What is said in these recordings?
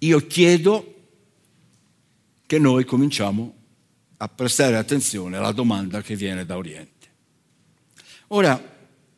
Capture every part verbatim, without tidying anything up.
io chiedo che noi cominciamo a prestare attenzione alla domanda che viene da Oriente. Ora,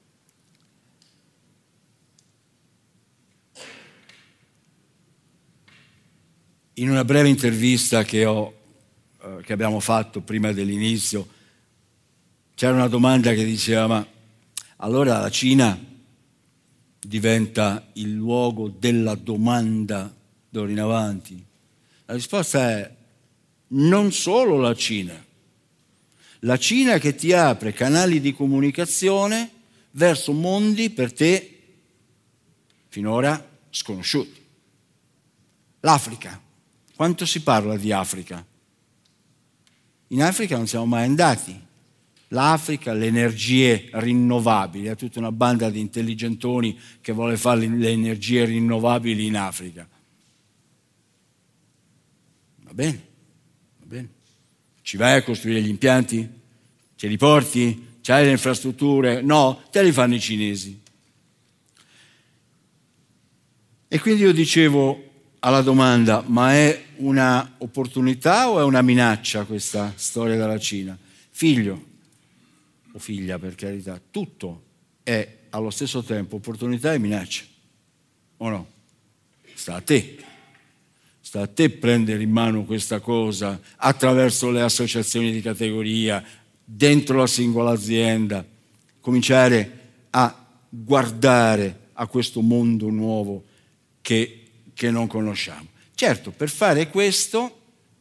in una breve intervista che, ho, eh, che abbiamo fatto prima dell'inizio, c'era una domanda che diceva: ma allora la Cina diventa il luogo della domanda d'ora in avanti? La risposta è: non solo la Cina. La Cina che ti apre canali di comunicazione verso mondi per te finora sconosciuti. L'Africa. Quanto si parla di Africa? In Africa non siamo mai andati. L'Africa, le energie rinnovabili, ha tutta una banda di intelligentoni che vuole fare le energie rinnovabili in Africa. Va bene, va bene. Ci vai a costruire gli impianti? Ce li porti? C'hai le infrastrutture? No, te li fanno i cinesi. E quindi io dicevo alla domanda: ma è una opportunità o è una minaccia questa storia della Cina? Figlio, o figlia per carità, tutto è allo stesso tempo opportunità e minaccia, o no? Sta a te, sta a te prendere in mano questa cosa attraverso le associazioni di categoria, dentro la singola azienda, cominciare a guardare a questo mondo nuovo che, che non conosciamo. Certo, per fare questo,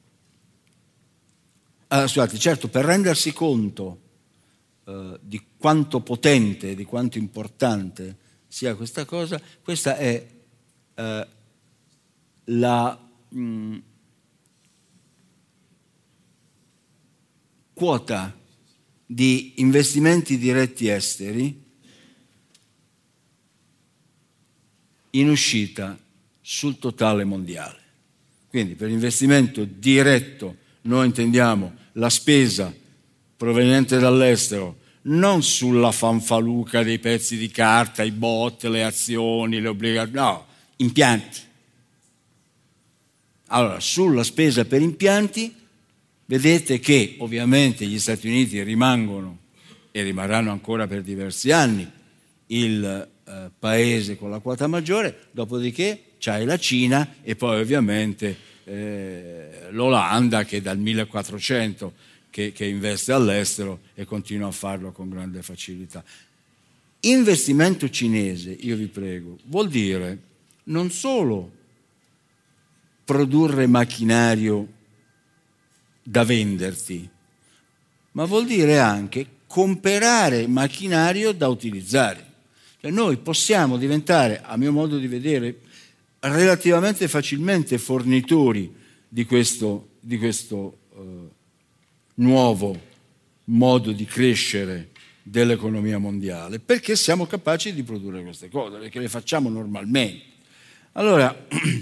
eh, scusate, certo, per rendersi conto Uh, di quanto potente, di quanto importante sia questa cosa, questa è uh, la mh, quota di investimenti diretti esteri in uscita sul totale mondiale. Quindi per investimento diretto noi intendiamo la spesa proveniente dall'estero, non sulla fanfaluca dei pezzi di carta, i bot, le azioni, le obbligazioni, no, impianti. Allora, sulla spesa per impianti, vedete che ovviamente gli Stati Uniti rimangono e rimarranno ancora per diversi anni il eh, paese con la quota maggiore, dopodiché c'hai la Cina e poi ovviamente eh, l'Olanda che dal millequattrocento Che, che investe all'estero e continua a farlo con grande facilità. Investimento cinese, io vi prego, vuol dire non solo produrre macchinario da venderti, ma vuol dire anche comprare macchinario da utilizzare. Cioè noi possiamo diventare, a mio modo di vedere, relativamente facilmente fornitori di questo, di questo uh, nuovo modo di crescere dell'economia mondiale, perché siamo capaci di produrre queste cose, perché le facciamo normalmente. Allora,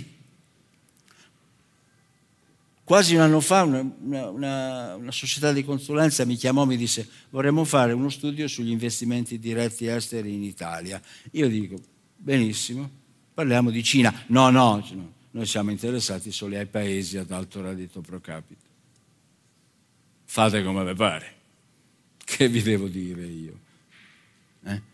quasi un anno fa una, una, una società di consulenza mi chiamò e mi disse: vorremmo fare uno studio sugli investimenti diretti esteri in Italia. Io dico: benissimo, parliamo di Cina. No, no, no, noi siamo interessati solo ai paesi ad alto reddito pro capite. Fate come vi pare. Che vi devo dire io? Eh?